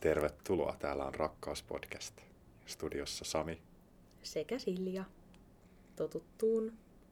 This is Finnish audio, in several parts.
Tervetuloa, täällä on Rakkauspodcast. Studiossa Sami. Sekä Silja. Totuttuun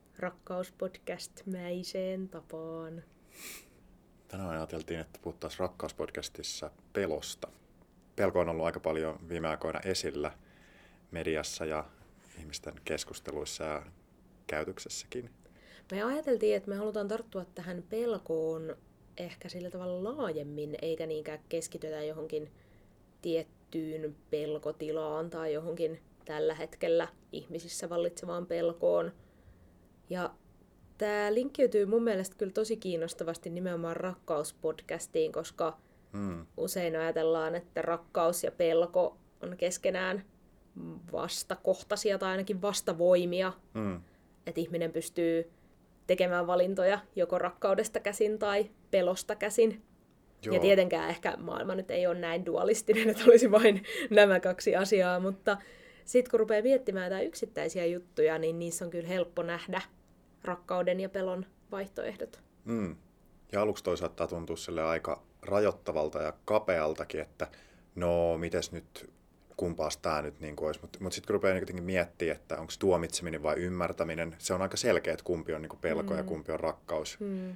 Rakkauspodcast-mäiseen tapaan. Tänään ajateltiin, että puhuttaisiin Rakkauspodcastissa pelosta. Pelko on ollut aika paljon viime aikoina esillä mediassa ja ihmisten keskusteluissa ja käytöksessäkin. Me ajateltiin, että me halutaan tarttua tähän pelkoon ehkä sillä tavalla laajemmin, eikä niinkään keskitytä johonkin tiettyyn pelkotilaan tai johonkin tällä hetkellä ihmisissä vallitsevaan pelkoon. Ja tämä linkkiytyy mun mielestä kyllä tosi kiinnostavasti nimenomaan rakkauspodcastiin, koska usein ajatellaan, että rakkaus ja pelko on keskenään vastakohtaisia tai ainakin vastavoimia. Että ihminen pystyy tekemään valintoja joko rakkaudesta käsin tai pelosta käsin. Joo. Ja tietenkään ehkä maailma nyt ei ole näin dualistinen, että olisi vain nämä kaksi asiaa, mutta sitten kun rupeaa miettimään jotain yksittäisiä juttuja, niin niissä on kyllä helppo nähdä rakkauden ja pelon vaihtoehdot. Ja aluksi toisaalta tuntuu sille aika rajoittavalta ja kapealtakin, että no mites nyt, kumpaas tämä nyt niin olisi. Mutta sitten kun rupeaa jotenkin miettimään, että onko tuomitseminen vai ymmärtäminen, se on aika selkeä, että kumpi on niin pelko ja kumpi on rakkaus.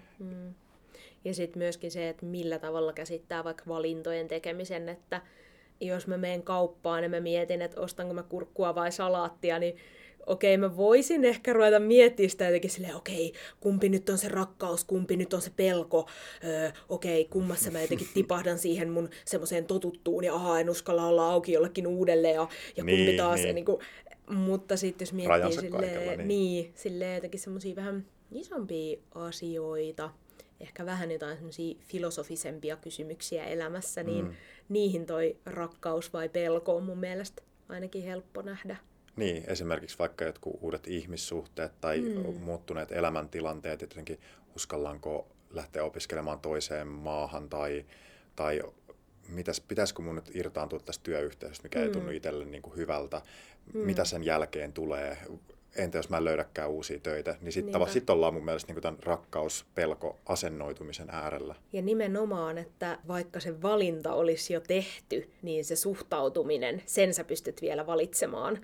Ja sitten myöskin se, että millä tavalla käsittää vaikka valintojen tekemisen, että jos mä menen kauppaan ja mä mietin, että ostanko mä kurkkua vai salaattia, niin okei, mä voisin ehkä ruveta miettimään sitä jotenkin silleen, okei, kumpi nyt on se rakkaus, kumpi nyt on se pelko, okei, kummassa mä jotenkin tipahdan siihen mun semmoiseen totuttuun ja en uskalla olla auki jollekin uudelle ja kumpi taas, niin kuin, mutta sitten jos miettii silleen jotenkin semmoisia vähän isompia asioita, ehkä vähän jotain semmoisia filosofisempia kysymyksiä elämässä, niin niihin toi rakkaus vai pelko on mun mielestä ainakin helppo nähdä. Niin, esimerkiksi vaikka jotkut uudet ihmissuhteet tai muuttuneet elämäntilanteet, että jotenkin uskallanko lähteä opiskelemaan toiseen maahan tai pitäisikö mun nyt irtaantua tästä työyhteisöstä, mikä ei tunnu itselle niin kuin hyvältä, mitä sen jälkeen tulee, entä jos mä en löydäkään uusia töitä, niin sitten ollaan mun mielestä niin tämän rakkaus-pelko-asennoitumisen äärellä. Ja nimenomaan, että vaikka se valinta olisi jo tehty, niin se suhtautuminen, sen sä pystyt vielä valitsemaan.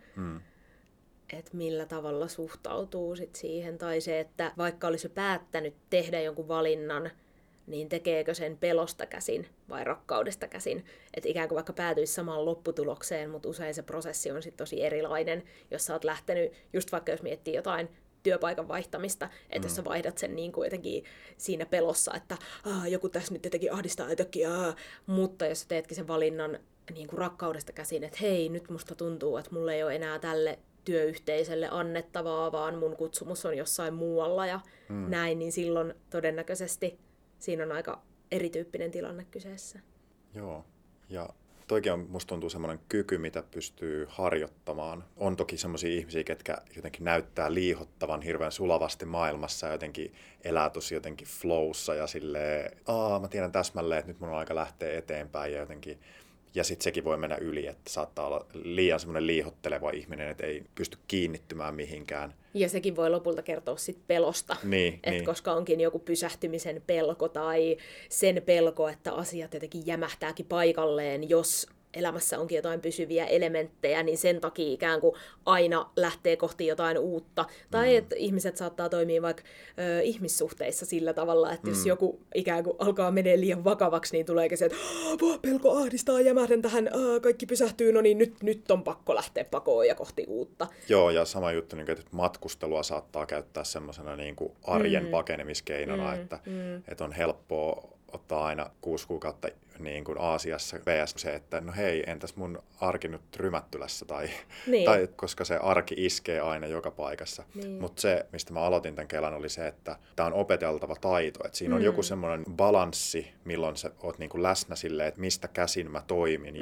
Että millä tavalla suhtautuu sit siihen. Tai se, että vaikka olisi jo päättänyt tehdä jonkun valinnan, niin tekeekö sen pelosta käsin vai rakkaudesta käsin. Että ikään kuin vaikka päätyisi samaan lopputulokseen, mutta usein se prosessi on sitten tosi erilainen, jos sä oot lähtenyt, just vaikka jos miettii jotain työpaikan vaihtamista, että jos sä vaihdat sen niin kuin jotenkin siinä pelossa, että joku tässä nyt jotenkin ahdistaa jotenkin, mutta jos sä teetkin sen valinnan niin kuin rakkaudesta käsin, että hei, nyt musta tuntuu, että mulla ei ole enää tälle työyhteisölle annettavaa, vaan mun kutsumus on jossain muualla ja näin, niin silloin todennäköisesti siinä on aika erityyppinen tilanne kyseessä. Joo, ja toikin on, musta tuntuu semmoinen kyky, mitä pystyy harjoittamaan. On toki semmoisia ihmisiä, ketkä jotenkin näyttää liihottavan hirveän sulavasti maailmassa ja jotenkin elää tosi jotenkin flowssa ja silleen, mä tiedän täsmälleen, että nyt mun on aika lähteä eteenpäin ja jotenkin. Ja sitten sekin voi mennä yli, että saattaa olla liian semmoinen liihotteleva ihminen, että ei pysty kiinnittymään mihinkään. Ja sekin voi lopulta kertoa sitten pelosta, koska onkin joku pysähtymisen pelko tai sen pelko, että asiat jotenkin jämähtääkin paikalleen, jos elämässä onkin jotain pysyviä elementtejä, niin sen takia ikään kuin aina lähtee kohti jotain uutta. Tai että ihmiset saattaa toimia vaikka ihmissuhteissa sillä tavalla, että jos joku ikään kuin alkaa menee liian vakavaksi, niin tuleekin se, että pelko ahdistaa, jämähdän tähän, kaikki pysähtyy, no niin nyt on pakko lähteä pakoon ja kohti uutta. Joo, ja sama juttu, että matkustelua saattaa käyttää semmoisena niin kuin arjen pakenemiskeinona, että on helppoa ottaa aina 6 kuukautta niin kuin Aasiassa vs. se, että no hei, entäs mun arki nyt Rymättylässä tai koska se arki iskee aina joka paikassa. Mutta se, mistä mä aloitin tämän Kelan, oli se, että tämä on opeteltava taito. Että siinä on joku semmoinen balanssi, milloin sä oot niin kuin läsnä silleen, että mistä käsin mä toimin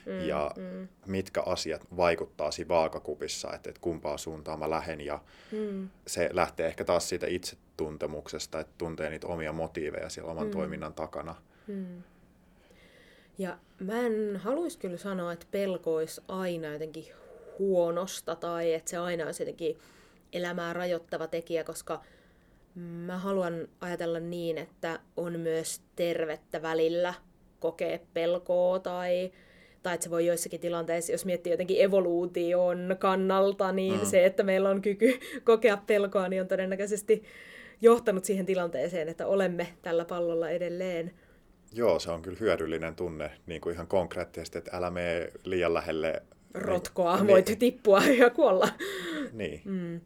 ja mitkä asiat vaikuttaa siinä vaakakupissa, että kumpaa suuntaan mä lähden. Ja se lähtee ehkä taas siitä itsetuntemuksesta, että tuntee niitä omia motiiveja siellä oman toiminnan takana. Ja mä en haluaisi kyllä sanoa, että pelko olisi aina jotenkin huonosta tai että se aina olisi jotenkin elämää rajoittava tekijä, koska mä haluan ajatella niin, että on myös tervettä välillä kokea pelkoa tai Tai että se voi joissakin tilanteissa, jos miettii jotenkin evoluution kannalta, niin se, että meillä on kyky kokea pelkoa, niin on todennäköisesti johtanut siihen tilanteeseen, että olemme tällä pallolla edelleen. Joo, se on kyllä hyödyllinen tunne niin kuin ihan konkreettisesti, että älä mene liian lähelle rotkoa, voit tippua ja kuolla. Niin.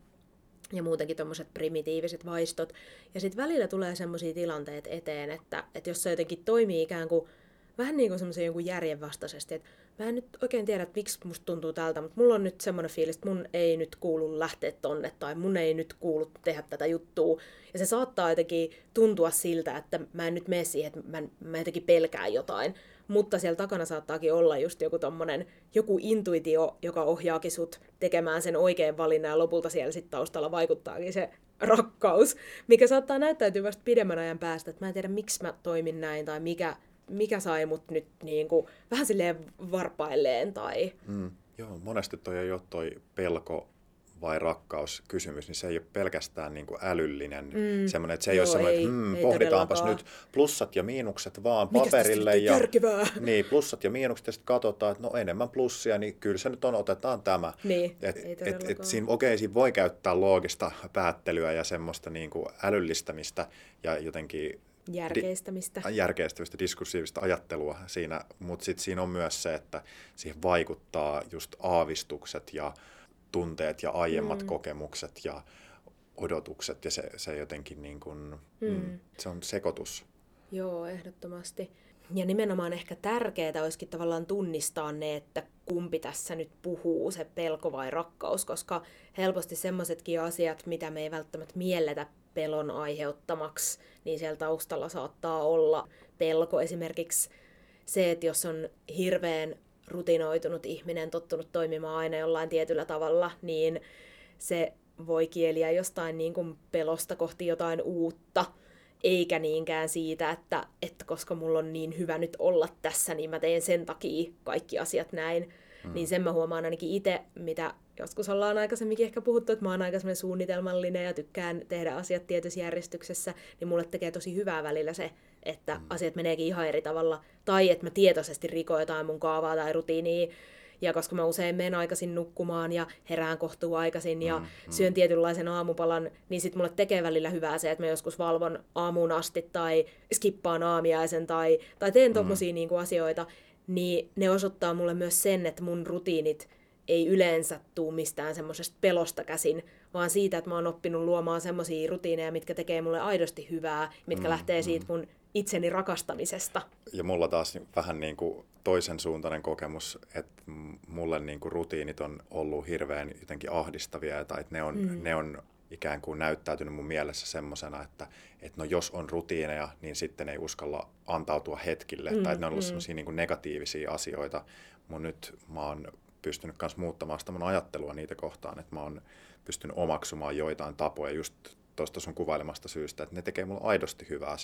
Ja muutenkin tommoset primitiiviset vaistot. Ja sitten välillä tulee semmoisia tilanteita eteen, että jos se jotenkin toimii ikään kuin vähän niin kuin semmoisen jonkun järjenvastaisesti, että mä en nyt oikein tiedä, että miksi musta tuntuu tältä, mutta mulla on nyt semmoinen fiilis, että mun ei nyt kuulu lähteä tonne, tai mun ei nyt kuulu tehdä tätä juttua. Ja se saattaa jotenkin tuntua siltä, että mä en nyt mene siihen, että mä jotenkin pelkään jotain. Mutta siellä takana saattaakin olla just joku intuitio, joka ohjaakin sut tekemään sen oikean valinnan, ja lopulta siellä sitten taustalla vaikuttaakin se rakkaus, mikä saattaa näyttäytyä vasta pidemmän ajan päästä, että mä en tiedä, miksi mä toimin näin, tai mikä sai mut nyt niin kuin vähän silleen varpailleen. Tai... Joo, monesti toi ei ole toi pelko vai rakkauskysymys, niin se ei ole pelkästään niin kuin älyllinen. Semmoinen, että se ei ole semmoinen, että pohditaanpas nyt plussat ja miinukset vaan paperille. Ja niin, plussat ja miinukset, ja sitten katsotaan, että no enemmän plussia, niin kyllä se nyt on, otetaan tämä. Niin, siinä voi käyttää loogista päättelyä ja semmoista niin kuin älyllistämistä ja jotenkin järkeistämistä, diskursiivista ajattelua siinä, mutta sitten siinä on myös se, että siihen vaikuttaa just aavistukset ja tunteet ja aiemmat kokemukset ja odotukset, ja se jotenkin niin kuin, se on sekoitus. Joo, ehdottomasti. Ja nimenomaan ehkä tärkeää olisikin tavallaan tunnistaa ne, että kumpi tässä nyt puhuu, se pelko vai rakkaus, koska helposti semmoisetkin asiat, mitä me ei välttämättä mielletä pelon aiheuttamaksi, niin siellä taustalla saattaa olla pelko. Esimerkiksi se, että jos on hirveän rutinoitunut ihminen, tottunut toimimaan aina jollain tietyllä tavalla, niin se voi kieliä jostain niin kuin pelosta kohti jotain uutta, eikä niinkään siitä, että koska mulla on niin hyvä nyt olla tässä, niin mä teen sen takia kaikki asiat näin. Niin sen mä huomaan ainakin itse, mitä joskus ollaan aikaisemminkin ehkä puhuttu, että mä oon aika semmoinen suunnitelmallinen ja tykkään tehdä asiat tietyssä järjestyksessä, niin mulle tekee tosi hyvää välillä se, että asiat meneekin ihan eri tavalla, tai että mä tietoisesti rikon jotain mun kaavaa tai rutiinia, ja koska mä usein menen aikaisin nukkumaan ja herään kohtuu aikaisin ja syön tietynlaisen aamupalan, niin sit mulle tekee välillä hyvää se, että mä joskus valvon aamuun asti tai skippaan aamiaisen tai teen tommosia niinku asioita, niin ne osoittaa mulle myös sen, että mun rutiinit ei yleensä tuu mistään semmoisesta pelosta käsin, vaan siitä, että mä oon oppinut luomaan semmosia rutiineja, mitkä tekee mulle aidosti hyvää, mitkä lähtee siitä mun itseni rakastamisesta. Ja mulla taas vähän niin kuin toisen suuntainen kokemus, että mulle niin kuin rutiinit on ollut hirveän jotenkin ahdistavia, tai että ne on ikään kuin näyttäytynyt mun mielessä semmosena, että no jos on rutiineja, niin sitten ei uskalla antautua hetkille, tai että ne on ollut semmosia niin kuin negatiivisia asioita. Nyt mä oon pystynyt myös muuttamaan sitä mun ajattelua niitä kohtaan, että mä oon pystynyt omaksumaan joitain tapoja just tuosta sun kuvailemasta syystä, että ne tekee mulle aidosti hyvää.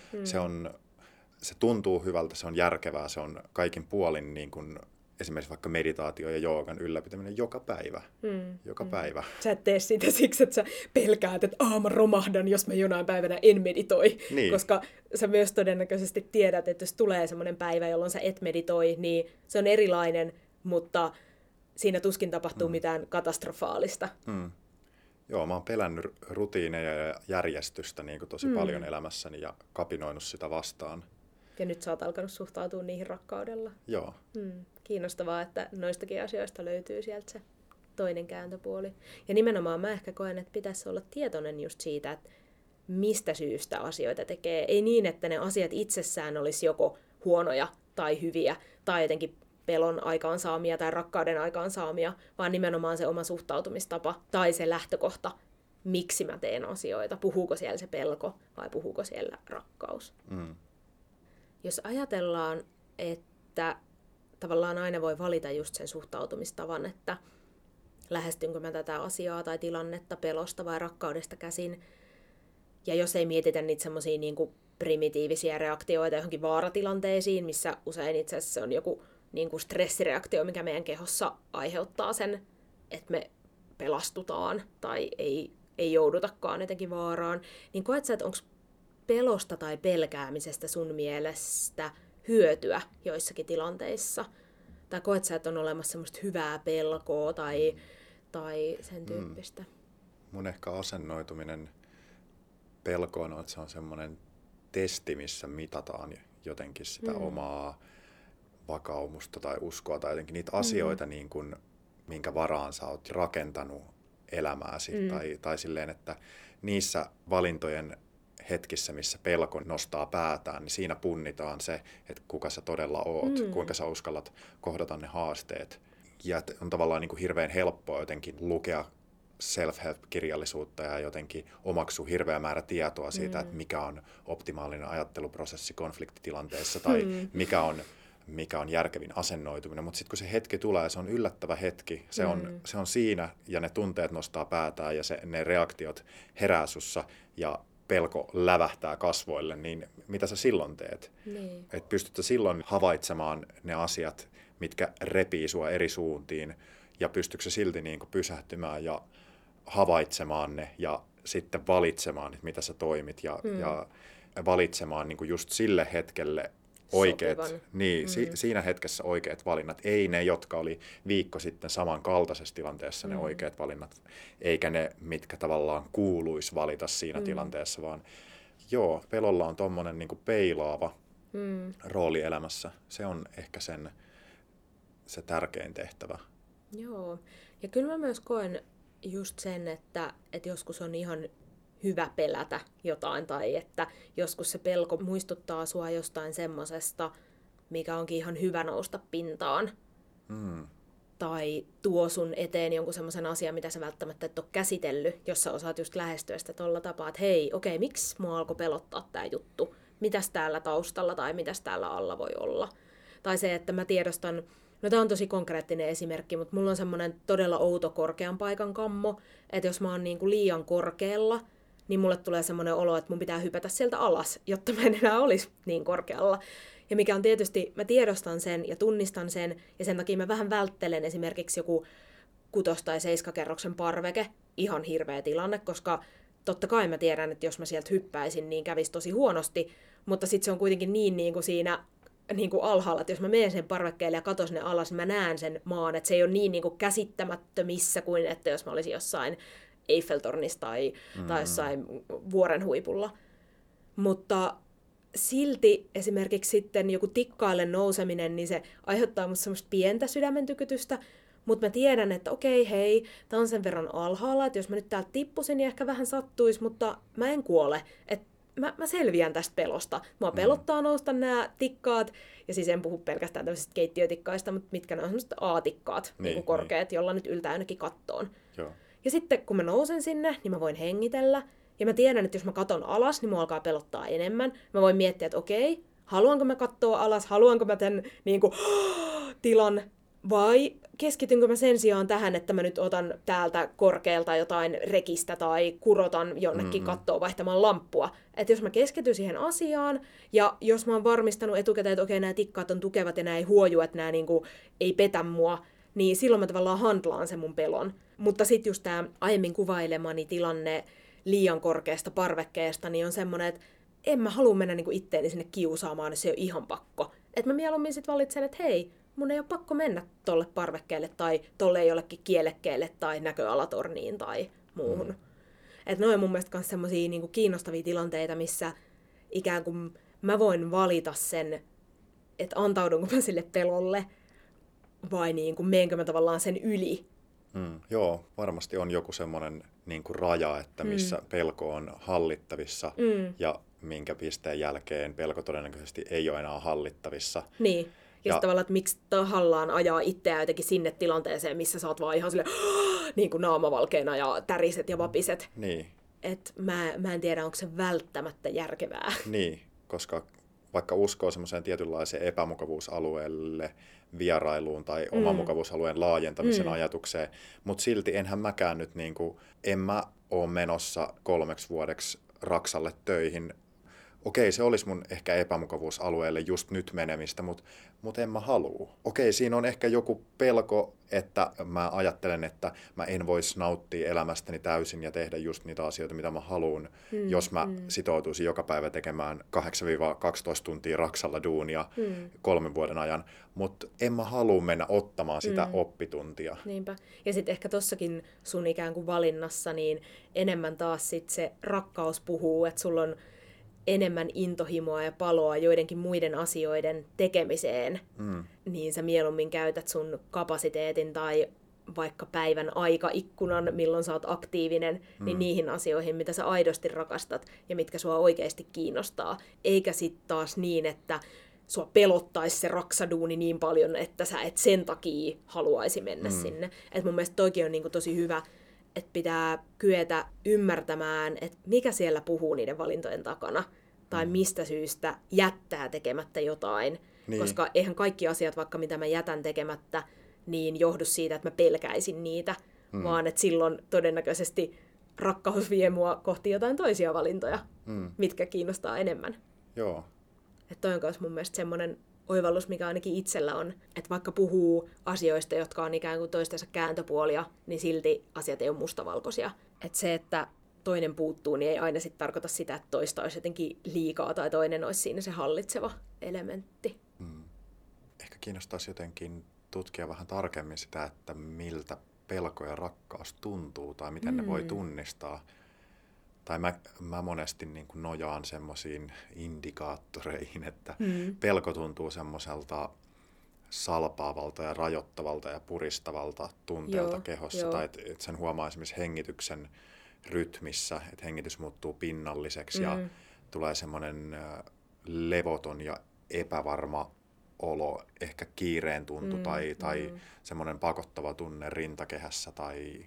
Se tuntuu hyvältä, se on järkevää, se on kaikin puolin niin kuin esimerkiksi vaikka meditaatio ja joogan ylläpitäminen joka päivä. Joka päivä. Sä et tee sitä siksi, että sä pelkäät, että mä romahdan, jos mä jonain päivänä en meditoi. Niin. Koska sä myös todennäköisesti tiedät, että jos tulee semmoinen päivä, jolloin sä et meditoi, niin se on erilainen, mutta siinä tuskin tapahtuu mitään katastrofaalista. Joo, mä oon pelännyt rutiineja ja järjestystä niin kuin tosi paljon elämässäni ja kapinoinut sitä vastaan. Ja nyt sä oot alkanut suhtautua niihin rakkaudella. Joo. Kiinnostavaa, että noistakin asioista löytyy sieltä se toinen kääntöpuoli. Ja nimenomaan mä ehkä koen, että pitäisi olla tietoinen just siitä, että mistä syystä asioita tekee. Ei niin, että ne asiat itsessään olisi joko huonoja tai hyviä tai jotenkin pelon aikaansaamia tai rakkauden aikaansaamia, vaan nimenomaan se oma suhtautumistapa tai se lähtökohta, miksi mä teen asioita. Puhuuko siellä se pelko vai puhuuko siellä rakkaus? Jos ajatellaan, että tavallaan aina voi valita just sen suhtautumistavan, että lähestynkö mä tätä asiaa tai tilannetta pelosta vai rakkaudesta käsin, ja jos ei mietitä niitä semmosia niinku primitiivisiä reaktioita johonkin vaaratilanteisiin, missä usein itse asiassa on joku niinku stressireaktio, mikä meidän kehossa aiheuttaa sen, että me pelastutaan tai ei joudutakaan jotenkin vaaraan, niin koet sä, että onko pelosta tai pelkäämisestä sun mielestä hyötyä joissakin tilanteissa? Tai koet sä, että on olemassa semmoista hyvää pelkoa tai sen tyyppistä? Mun ehkä asennoituminen pelkoon on, että se on semmoinen testi, missä mitataan jotenkin sitä omaa vakaumusta tai uskoa tai jotenkin niitä asioita, niin kuin, minkä varaan sä oot rakentanut elämääsi. Tai silleen, että niissä valintojen hetkissä, missä pelko nostaa päätään, niin siinä punnitaan se, että kuka sä todella oot, kuinka sä uskallat kohdata ne haasteet. Ja on tavallaan niin kuin hirveän helppoa jotenkin lukea self-help-kirjallisuutta ja jotenkin omaksua hirveä määrä tietoa siitä, että mikä on optimaalinen ajatteluprosessi konfliktitilanteessa tai mikä on järkevin asennoituminen. Mutta sitten kun se hetki tulee, se on yllättävä hetki, se on siinä ja ne tunteet nostaa päätään ja ne reaktiot herää sussa ja pelko lävähtää kasvoille, niin mitä sä silloin teet? Niin. Et pystytkö silloin havaitsemaan ne asiat, mitkä repii sua eri suuntiin ja pystytkö silti niin kuin pysähtymään ja havaitsemaan ne ja sitten valitsemaan, että mitä sä toimit ja valitsemaan niin kuin just sille hetkelle oikeat, siinä hetkessä oikeat valinnat, ei ne, jotka oli viikko sitten samankaltaisessa tilanteessa ne oikeat valinnat, eikä ne, mitkä tavallaan kuuluisi valita siinä tilanteessa, vaan pelolla on tommonen niin kuin peilaava rooli elämässä. Se on ehkä se tärkein tehtävä. Joo, ja kyllä mä myös koen just sen, että joskus on ihan hyvä pelätä jotain, tai että joskus se pelko muistuttaa sua jostain semmosesta, mikä onkin ihan hyvä nousta pintaan. Tai tuo sun eteen jonkun semmoisen asian, mitä sä välttämättä et ole käsitellyt, jos sä osaat just lähestyä sitä tolla tapaa, että hei, okei, miksi mua alkoi pelottaa tää juttu? Mitäs täällä taustalla tai mitäs täällä alla voi olla? Tai se, että mä tiedostan, no tää on tosi konkreettinen esimerkki, mutta mulla on semmoinen todella outo korkean paikan kammo, että jos mä oon niinku liian korkealla, niin mulle tulee semmoinen olo, että mun pitää hypätä sieltä alas, jotta mä en enää olisi niin korkealla. Ja mikä on tietysti, mä tiedostan sen ja tunnistan sen, ja sen takia mä vähän välttelen esimerkiksi joku 6- tai 7-kerroksen parveke, ihan hirveä tilanne, koska totta kai mä tiedän, että jos mä sieltä hyppäisin, niin kävisi tosi huonosti, mutta sitten se on kuitenkin niin kuin siinä niin kuin alhaalla, että jos mä menen sen parvekkeelle ja katon sinne alas, niin mä näen sen maan, että se ei ole niin kuin käsittämättömissä kuin, että jos mä olisin jossain Eiffeltornissa tai jossain vuoren huipulla. Mutta silti esimerkiksi sitten joku tikkaille nouseminen, niin se aiheuttaa musta semmoista pientä sydämentykytystä, mutta mä tiedän, että okei, hei, tää on sen verran alhaalla, että jos mä nyt täältä tippusin, niin ehkä vähän sattuisi, mutta mä en kuole. Että mä selviän tästä pelosta. Mua pelottaa nousta nämä tikkaat, ja siis en puhu pelkästään tämmöisistä keittiötikkaista, mutta mitkä ne on semmoiset A-tikkaat, niin korkeat, jolla nyt yltää ainakin kattoon. Joo. Ja sitten kun mä nousen sinne, niin mä voin hengitellä. Ja mä tiedän, että jos mä katon alas, niin mua alkaa pelottaa enemmän. Mä voin miettiä, että okei, haluanko mä katsoa alas, haluanko mä tämän niin kuin, tilan, vai keskitynkö mä sen sijaan tähän, että mä nyt otan täältä korkealta jotain rekistä tai kurotan jonnekin kattoon vaihtamaan lamppua. Että jos mä keskityn siihen asiaan, ja jos mä oon varmistanut etukäteen, että okei, nämä tikkaat on tukevat ja nämä ei huoju, että nämä niin kuin, ei petä mua, niin silloin mä tavallaan handlaan sen mun pelon. Mutta sitten just tämä aiemmin kuvailemani tilanne liian korkeasta parvekkeesta, niin on semmoinen, että en mä halua mennä niinku itteeni sinne kiusaamaan, jos se ei ole ihan pakko. Että mä mieluummin sit valitsen, että hei, mun ei ole pakko mennä tolle parvekkeelle tai tolle jollekin kielekkeelle tai näköalatorniin tai muuhun. Että ne on mun mielestä myös semmosia niinku kiinnostavia tilanteita, missä ikään kuin mä voin valita sen, että antaudunko mä sille pelolle vai niinku meenkö mä tavallaan sen yli. Joo, varmasti on joku semmoinen niin kuin raja, että missä pelko on hallittavissa ja minkä pisteen jälkeen pelko todennäköisesti ei ole enää hallittavissa. Niin, ja tavallaan, että miksi tahallaan ajaa itseään jotenkin sinne tilanteeseen, missä sä oot vaan ihan silleen niin kuin naamavalkeena ja täriset ja vapiset. Niin. Et mä en tiedä, onko se välttämättä järkevää. Niin, koska vaikka uskoo semmoiseen tietynlaiseen epämukavuusalueelle, vierailuun tai oman mukavuusalueen laajentamisen ajatukseen, mutta silti enhän mäkään nyt, en mä ole menossa 3 vuodeksi Raksalle töihin okei, se olisi mun ehkä epämukavuusalueelle just nyt menemistä, mutta en mä halua. Okei, siinä on ehkä joku pelko, että mä ajattelen, että mä en voisi nauttia elämästäni täysin ja tehdä just niitä asioita, mitä mä haluan, jos mä sitoutuisin joka päivä tekemään 8-12 tuntia raksalla duunia 3 vuoden ajan. Mutta en mä halua mennä ottamaan sitä oppituntia. Niinpä. Ja sitten ehkä tossakin sun ikään kuin valinnassa, niin enemmän taas sit se rakkaus puhuu, että sulla on enemmän intohimoa ja paloa joidenkin muiden asioiden tekemiseen, niin sä mieluummin käytät sun kapasiteetin tai vaikka päivän aikaikkunan, milloin sä oot aktiivinen, niin niihin asioihin, mitä sä aidosti rakastat ja mitkä sua oikeasti kiinnostaa. Eikä sit taas niin, että sua pelottaisi se raksaduuni niin paljon, että sä et sen takia haluaisi mennä sinne. Et mun mielestä toikin on niinku tosi hyvä, että pitää kyetä ymmärtämään, että mikä siellä puhuu niiden valintojen takana, tai mistä syystä jättää tekemättä jotain. Niin. Koska eihän kaikki asiat, vaikka mitä mä jätän tekemättä, niin johdu siitä, että mä pelkäisin niitä, vaan että silloin todennäköisesti rakkaus vie mua kohti jotain toisia valintoja, mitkä kiinnostaa enemmän. Joo. Että toi on myös mun mielestä semmoinen oivallus, mikä ainakin itsellä on, että vaikka puhuu asioista, jotka on ikään kuin toistensa kääntöpuolia, niin silti asiat ei ole mustavalkoisia. Että se, että toinen puuttuu, niin ei aina sit tarkoita sitä, että toista olisi jotenkin liikaa tai toinen olisi siinä se hallitseva elementti. Ehkä kiinnostaisi jotenkin tutkia vähän tarkemmin sitä, että miltä pelko ja rakkaus tuntuu tai miten ne voi tunnistaa. Tai mä monesti niin kuin nojaan semmoisiin indikaattoreihin, että pelko tuntuu semmoiselta salpaavalta ja rajoittavalta ja puristavalta tunteelta kehossa. Tai että sen huomaa esimerkiksi hengityksen rytmissä, että hengitys muuttuu pinnalliseksi ja tulee semmoinen levoton ja epävarma olo, ehkä kiireen tuntu tai semmoinen pakottava tunne rintakehässä tai...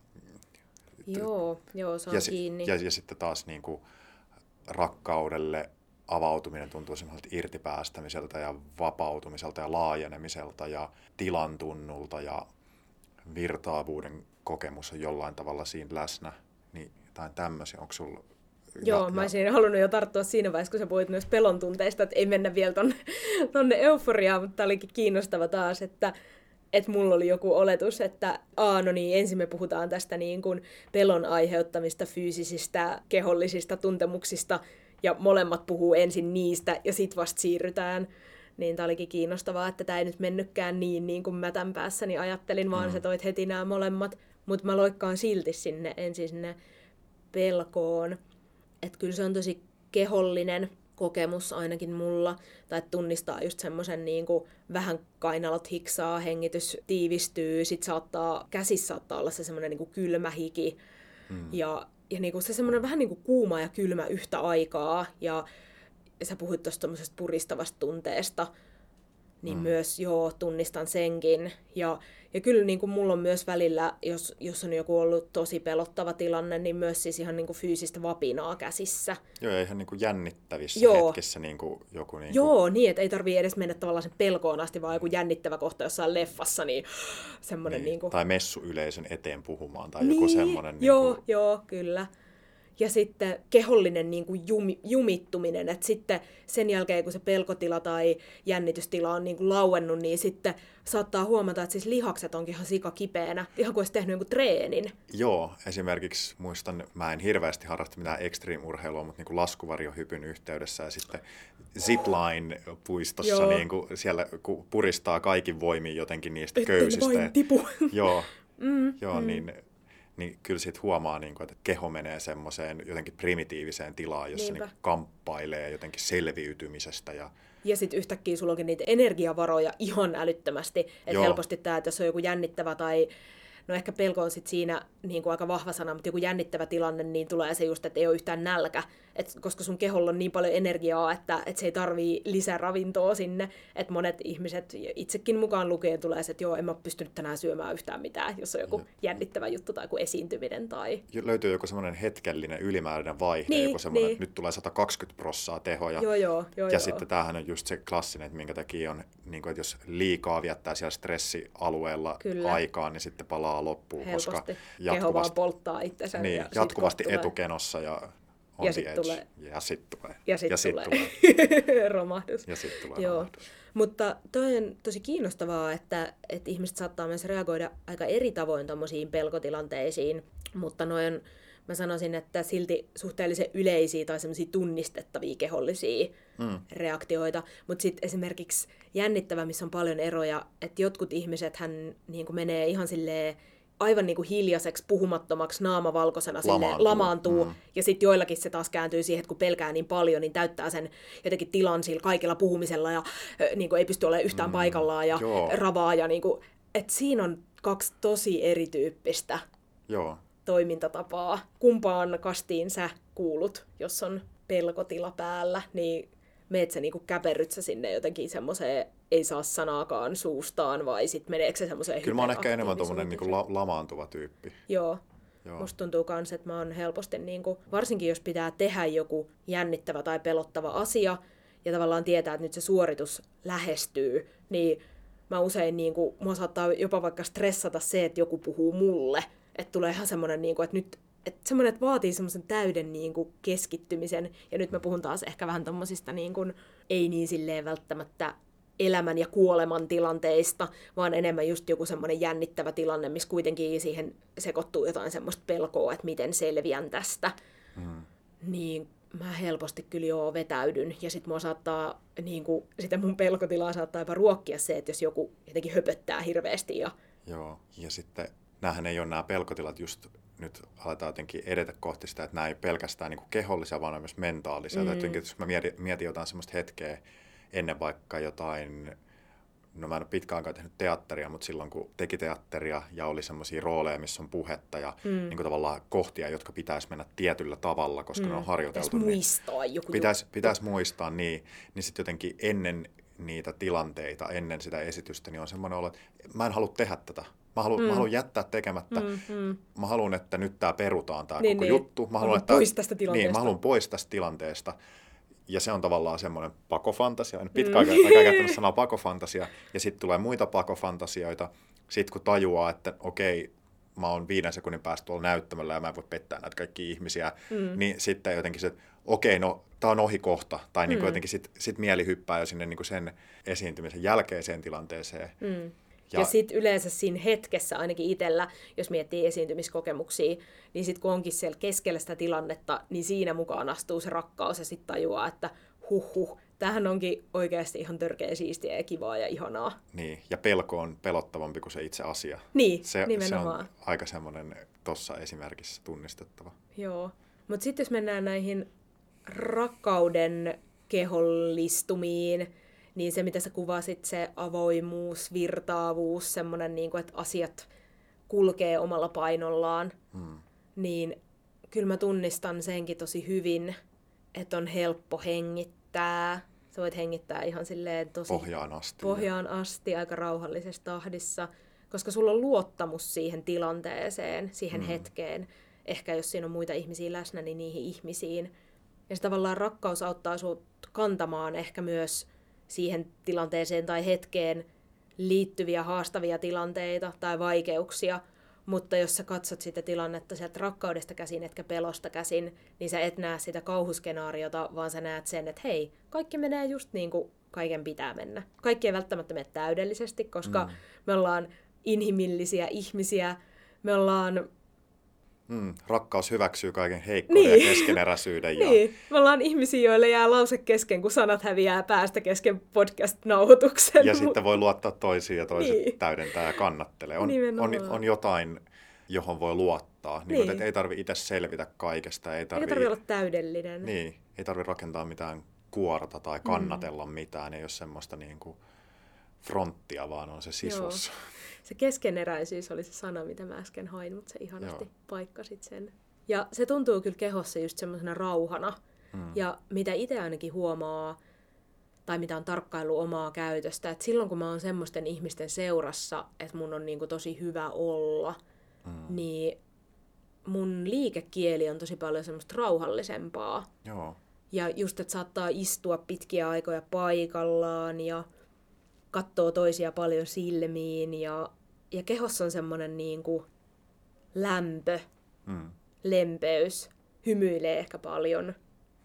Joo, se on kiinni. Ja sitten taas niin kuin rakkaudelle avautuminen tuntuu semmoiselta irtipäästämiseltä ja vapautumiselta ja laajenemiselta ja tilan tunnulta ja virtaavuuden kokemus on jollain tavalla siinä läsnä. Niin jotain tämmöisiä, onko sulla... Joo, mä olisin halunnut jo tarttua siinä vaiheessa, kun sä puhuit myös pelon tunteista, että ei mennä vielä tonne euforiaan, mutta tää olikin kiinnostava taas, että mulla oli joku oletus, että no niin, ensin me puhutaan tästä niin kuin pelon aiheuttamista fyysisistä, kehollisista tuntemuksista, ja molemmat puhuu ensin niistä, ja sit vasta siirrytään. Niin tää olikin kiinnostavaa, että tää ei nyt mennytkään niin kuin mä tämän päässäni ajattelin, vaan sä toit heti nämä molemmat. Mutta mä loikkaan silti ensin sinne pelkoon. Että kyllä se on tosi kehollinen kokemus ainakin mulla, tai tunnistaa just semmoisen niinku vähän kainalot hiksaa, hengitys tiivistyy, sit käsissä saattaa olla se semmoinen niinku kylmä hiki, ja niinku se semmoinen vähän niinku kuuma ja kylmä yhtä aikaa, ja sä puhuit tuosta tommosesta puristavasta tunteesta, niin myös tunnistan senkin. Ja kyllä niin kuin mulla on myös välillä, jos on joku ollut tosi pelottava tilanne, niin myös siis ihan niin kuin fyysistä vapinaa käsissä. Joo, ihan niin kuin jännittävissä hetkissä niin kuin joku... Niin kuin... Joo, niin, että ei tarvitse edes mennä tavallaan sen pelkoon asti, vaan joku jännittävä kohta jossain leffassa, niin semmoinen niin kuin... Tai messuyleisön eteen puhumaan, tai joku semmoinen... Joo, kyllä. Ja sitten kehollinen niin kuin jumittuminen, että sitten sen jälkeen, kun se pelkotila tai jännitystila on niin kuin lauennut, niin sitten saattaa huomata, että siis lihakset onkin ihan sikakipeänä, ihan kuin olisi tehnyt jonkun treenin. Joo, esimerkiksi muistan, mä en hirveästi mitään extreme-urheilua, mutta niin kuin laskuvarjohypyn yhteydessä ja sitten zipline-puistossa niin kuin siellä kun puristaa kaikin voimin jotenkin niistä köysistä. Vain tipu. Niin kyllä siitä huomaa, että keho menee semmoiseen jotenkin primitiiviseen tilaan, jossa niin kamppailee jotenkin selviytymisestä. Ja sitten yhtäkkiä sulla onkin niitä energiavaroja ihan älyttömästi. Että helposti tämä, että jos on joku jännittävä tai... No ehkä pelko on sitten siinä niin kuin aika vahva sana, mutta joku jännittävä tilanne, niin tulee se just, että ei ole yhtään nälkä. Koska sun keholla on niin paljon energiaa, että se ei tarvii lisäravintoa sinne. Että monet ihmiset, itsekin mukaan lukien, tulee se, että joo, en mä pystynyt tänään syömään yhtään mitään, jos on joku jännittävä juttu tai joku esiintyminen. Tai... Löytyy joku semmoinen hetkellinen ylimääräinen vaihe, joku semmoinen, että nyt tulee 120% tehoja. Ja sitten tämähän on just se klassinen, että minkä takia on, niin kuin, että jos liikaa viettää siellä stressialueella aikaa, niin sitten palaa loppuun, helposti. koska keho vaan polttaa itsensä. Niin, jatkuvasti etukenossa ja on ja the sitten edge. tulee. Ja sit tulee. Romahdus. Ja sitten tulee Joo. romahdus. Mutta toi on tosi kiinnostavaa, että ihmiset saattaa myös reagoida aika eri tavoin tommosiin pelkotilanteisiin, mutta mä sanoisin, että silti suhteellisen yleisiä tai semmoisia tunnistettavia kehollisia reaktioita. Mutta sitten esimerkiksi jännittävä, missä on paljon eroja, että jotkut ihmisethän niin menee ihan silleen aivan niin kuin hiljaiseksi, puhumattomaksi, naama valkoisena, lamaantuu. Ja sitten joillakin se taas kääntyy siihen, että kun pelkää niin paljon, niin täyttää sen jotenkin tilan sillä kaikilla puhumisella ja niin kuin ei pysty olemaan yhtään paikallaan ja ravaa. Ja niin kuin, että siinä on 2 tosi erityyppistä toimintatapaa. Kumpaan kastiin sä kuulut, jos on pelkotila päällä, niin meet sä niinku käperryt sä sinne jotenkin semmoiseen ei saa sanaakaan suustaan, vai sit meneekö se semmoiseen Kyllä mä oon ehkä enemmän tommonen niinku lamaantuva tyyppi. Joo. Musta tuntuu kans, että mä oon helposti niinku, varsinkin jos pitää tehdä joku jännittävä tai pelottava asia, ja tavallaan tietää, että nyt se suoritus lähestyy, niin mä usein niinku, mua saattaa jopa vaikka stressata se, että joku puhuu mulle. Että tulee ihan semmoinen, niinku, että nyt semmoinen, että vaatii semmoisen täyden niinku, keskittymisen. Ja nyt mä puhun taas ehkä vähän tommosista niinku, ei niin silleen välttämättä elämän ja kuoleman tilanteista, vaan enemmän just joku semmoinen jännittävä tilanne, missä kuitenkin siihen sekoittuu jotain semmoista pelkoa, että miten selviän tästä. Niin mä helposti kyllä vetäydyn. Ja sit mua saattaa, niinku, sitä mun pelkotilaa saattaa jopa ruokkia se, että jos joku jotenkin höpöttää hirveästi. Joo, ja sitten näähän ei ole nämä pelkotilat just nyt aletaan jotenkin edetä kohti sitä, että nämä ei pelkästään niin kuin kehollisia, vaan myös mentaalisia. Jotenkin, jos mä mietin jotain semmoista hetkeä ennen vaikka jotain, no mä en ole pitkään aikaa tehnyt teatteria, mutta silloin kun teki teatteria ja oli semmoisia rooleja, missä on puhetta ja niin kuin tavallaan kohtia, jotka pitäisi mennä tietyllä tavalla, koska ne on harjoiteltu. Pitäisi muistaa joku pitäisi muistaa, niin sitten jotenkin ennen niitä tilanteita, ennen sitä esitystä, niin on semmoinen olo, että mä en halua tehdä tätä. Mä haluan jättää tekemättä. Mä haluan, että nyt tää perutaan tää koko juttu. Mä haluan pois tästä tilanteesta. Niin, mä haluan pois tästä tilanteesta. Ja se on tavallaan semmoinen pakofantasia. En pitkään aikaa käyttänyt sanaa pakofantasia. Ja sitten tulee muita pakofantasioita. Sitten kun tajuaa, että okei, mä oon 5 sekunnin päästä tuolla näyttämöllä ja mä en voi pettää näitä kaikkia ihmisiä, niin sitten jotenkin se, että okei, no tää on ohi kohta. Tai niin kuin jotenkin sit mieli hyppää jo sinne niin kuin sen esiintymisen jälkeiseen tilanteeseen. Ja sitten yleensä siinä hetkessä, ainakin itsellä, jos miettii esiintymiskokemuksia, niin sitten kun onkin siellä keskellä sitä tilannetta, niin siinä mukaan astuu se rakkaus ja sitten tajuaa, että tämähän onkin oikeasti ihan törkeä siistiä ja kivaa ja ihanaa. Niin, ja pelko on pelottavampi kuin se itse asia. Niin, nimenomaan. Se on aika semmoinen tuossa esimerkissä tunnistettava. Joo, mutta sitten jos mennään näihin rakkauden kehollistumiin, niin se, mitä sä kuvasit, se avoimuus, virtaavuus, semmoinen, niin kuin, että asiat kulkee omalla painollaan, niin kyllä mä tunnistan senkin tosi hyvin, että on helppo hengittää. Sä voit hengittää ihan silleen tosi pohjaan asti aika rauhallisessa tahdissa, koska sulla on luottamus siihen tilanteeseen, siihen hetkeen. Ehkä jos siinä on muita ihmisiä läsnä, niin niihin ihmisiin. Ja se tavallaan rakkaus auttaa sut kantamaan ehkä myös siihen tilanteeseen tai hetkeen liittyviä haastavia tilanteita tai vaikeuksia, mutta jos sä katsot sitä tilannetta sieltä rakkaudesta käsin, etkä pelosta käsin, niin sä et näe sitä kauhuskenaariota, vaan sä näet sen, että hei, kaikki menee just niin kuin kaiken pitää mennä. Kaikki ei välttämättä mene täydellisesti, koska me ollaan inhimillisiä ihmisiä, me ollaan rakkaus hyväksyy kaiken heikkouden ja keskeneräisyyden. Niin, me ollaan ihmisia, joille jää lause kesken, kun sanat häviää päästä kesken podcast-nauhoituksen. Ja sitten voi luottaa toisiin ja toiset täydentää ja kannattelee. On jotain, johon voi luottaa. Niin. Mutta ei tarvitse itse selvitä kaikesta. Ei tarvitse olla täydellinen. Niin, ei tarvitse rakentaa mitään kuorta tai kannatella mitään. Ei ole semmoista niin kuin fronttia, vaan on se sisus. Joo. Se keskeneräisyys oli se sana, mitä mä äsken hain, mutta se ihanasti paikkasit sen. Ja se tuntuu kyllä kehossa just semmoisena rauhana. Ja mitä itse ainakin huomaa, tai mitä on tarkkailu omaa käytöstä, että silloin kun mä oon semmoisten ihmisten seurassa, että mun on niinku tosi hyvä olla, niin mun liikekieli on tosi paljon semmoista rauhallisempaa. Joo. Ja just, että saattaa istua pitkiä aikoja paikallaan ja katsoo toisia paljon silmiin ja kehossa on semmoinen niinku lämpö, lempeys, hymyilee ehkä paljon.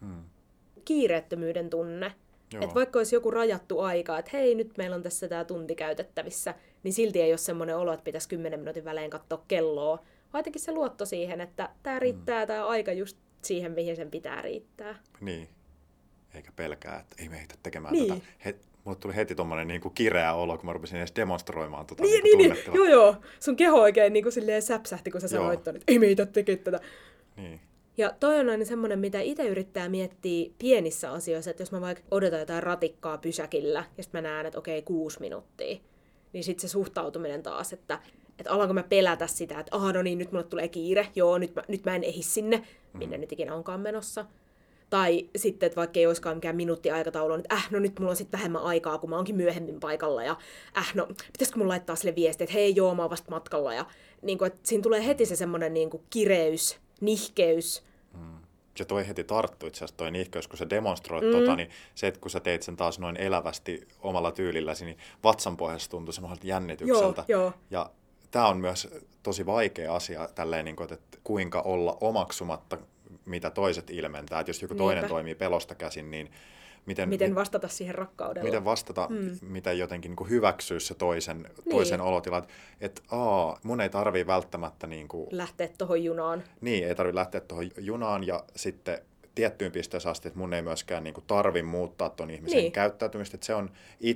Kiireettömyyden tunne. Että vaikka olisi joku rajattu aika, että hei, nyt meillä on tässä tämä tunti käytettävissä, niin silti ei ole semmoinen olo, että pitäisi 10 minuutin välein katsoa kelloa. Vaan jotenkin se luotto siihen, että tämä riittää tämä aika just siihen, mihin sen pitää riittää. Niin. Eikä pelkää, että ei me ehditä tekemään tätä. Mulle tuli heti tommonen niinku kireä olo, kun mä rupesin edes demonstroimaan tunnetta. Joo. Sun keho oikein niinku silleen säpsähti, kun sä sanoit, että ei me ehditä tekemään tätä. Niin. Ja toi on aina semmoinen, mitä itse yrittää miettiä pienissä asioissa, että jos mä vaikka odotan jotain ratikkaa pysäkillä, ja sitten mä näen, että okei, 6 minuuttia, niin sitten se suhtautuminen taas, että alanko mä pelätä sitä, että no niin, nyt mulle tulee kiire, joo, nyt mä en ehdi sinne, minne nyt ikinä onkaan menossa. Tai sitten, että vaikka ei olisikaan mikään minuuttiaikataulu, että no nyt mulla on sitten vähemmän aikaa, kun mä oonkin myöhemmin paikalla, ja no pitäisikö mun laittaa sille viesti, että hei joo, mä oon vasta matkalla, ja niin kuin, että siinä tulee heti se semmoinen niin kuin kireys, nihkeys. Ja toi heti tarttui itse asiassa toi nihkeys, kun sä demonstroit niin se, että kun sä teit sen taas noin elävästi omalla tyylilläsi, niin vatsanpohjassa tuntui semmoiselta jännitykseltä. Joo. Ja tää on myös tosi vaikea asia, tälleen, niin kuin, että kuinka olla omaksumatta, mitä toiset ilmentää. Että jos joku toinen toimii pelosta käsin, niin miten vastata siihen rakkaudella? Miten vastata, miten jotenkin niin kuin hyväksyä se toisen olotila. Että mun ei tarvii välttämättä niin kuin lähteä tuohon junaan. Niin, ei tarvitse lähteä tuohon junaan ja sitten tiettyyn pisteeseen asti, että mun ei myöskään niin kuin tarvi muuttaa ton ihmisen käyttäytymistä, että se on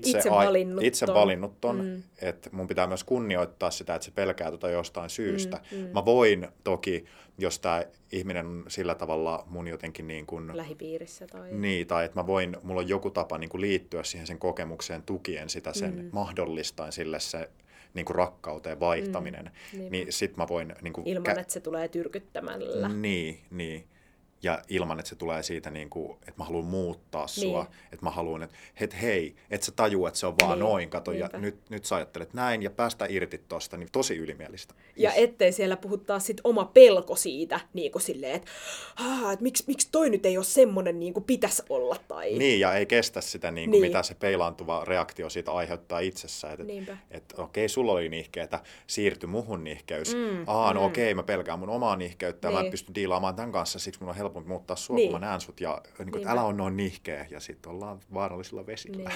itse valinnut ton, että mun pitää myös kunnioittaa sitä, että se pelkää jostain syystä. Mä voin toki, jos tämä ihminen on sillä tavalla mun jotenkin niin kuin lähipiirissä tai niin, tai että mulla on joku tapa niin kuin liittyä siihen sen kokemukseen tukien sitä sen mahdollistain sille se niin kuin rakkauteen vaihtaminen, niin sit mä voin niin kuin ilman, että se tulee tyrkyttämällä. Niin. Ja ilman, että se tulee siitä, niin kuin, että mä haluan muuttaa sua. Että mä haluan, että hei, et sä tajua, että se on vaan noin, kato. Ja nyt sä ajattelet näin ja päästä irti tosta, niin tosi ylimielistä. Ja ettei siellä puhuttaa sit oma pelko siitä, niin kuin silleen, että miksi toi nyt ei ole semmoinen, niin kuin pitäisi olla. Tai niin, ja ei kestä sitä, niin kuin mitä se peilaantuva reaktio siitä aiheuttaa itsessä. Että okei, sulla oli nihkeetä, siirty muhun nihkeys. Okei, mä pelkään mun omaa nihkeyttä ja mä en pysty diilaamaan tämän kanssa, siksi mun on helpompi muuttaa sua, kun mä näen sut, ja niin kuin, älä on noin nihkeä, ja sitten ollaan vaarallisilla vesillä.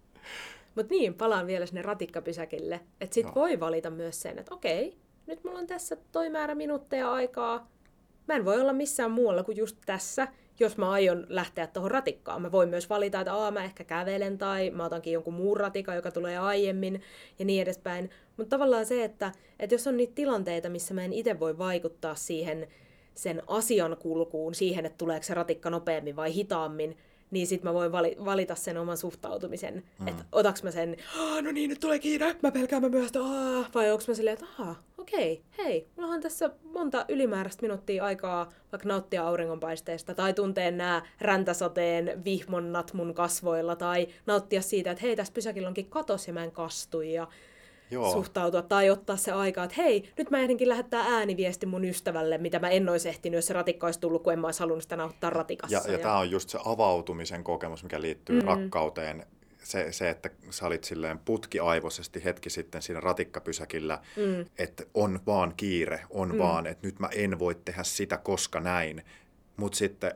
Mutta palaan vielä sinne ratikkapysäkille, että sit voi valita myös sen, että okei, nyt mulla on tässä toi määrä minuutteja aikaa, mä en voi olla missään muualla kuin just tässä, jos mä aion lähteä tuohon ratikkaan. Mä voin myös valita, että mä ehkä kävelen, tai mä otankin jonkun muun ratikan, joka tulee aiemmin, ja niin edespäin. Mutta tavallaan se, että jos on niitä tilanteita, missä mä en itse voi vaikuttaa siihen sen asian kulkuun, siihen, että tuleeko se ratikka nopeammin vai hitaammin, niin sit mä voin valita sen oman suhtautumisen. Että otaks mä sen, no niin, nyt tulee kiire, mä pelkään mä myöstä, vai onks mä silleen, että okei, hei, mulla on tässä monta ylimääräistä minuuttia aikaa vaikka nauttia auringonpaisteesta, tai tuntea nää räntäsateen vihmonnat mun kasvoilla, tai nauttia siitä, että hei, tässä pysäkillä onkin katos ja mä en kastu, ja suhtautua tai ottaa se aika, että hei, nyt mä ehdinkin lähettää ääniviesti mun ystävälle, mitä mä en olisi ehtinyt, jos se ratikka olisi tullut, kun en mä olisi halunnut sitä nauttaa ratikassa. Ja tämä on just se avautumisen kokemus, mikä liittyy rakkauteen. Se, että sä olit silleen putkiaivoisesti hetki sitten siinä ratikkapysäkillä, että on vaan kiire, on vaan, että nyt mä en voi tehdä sitä, koska näin. Mutta sitten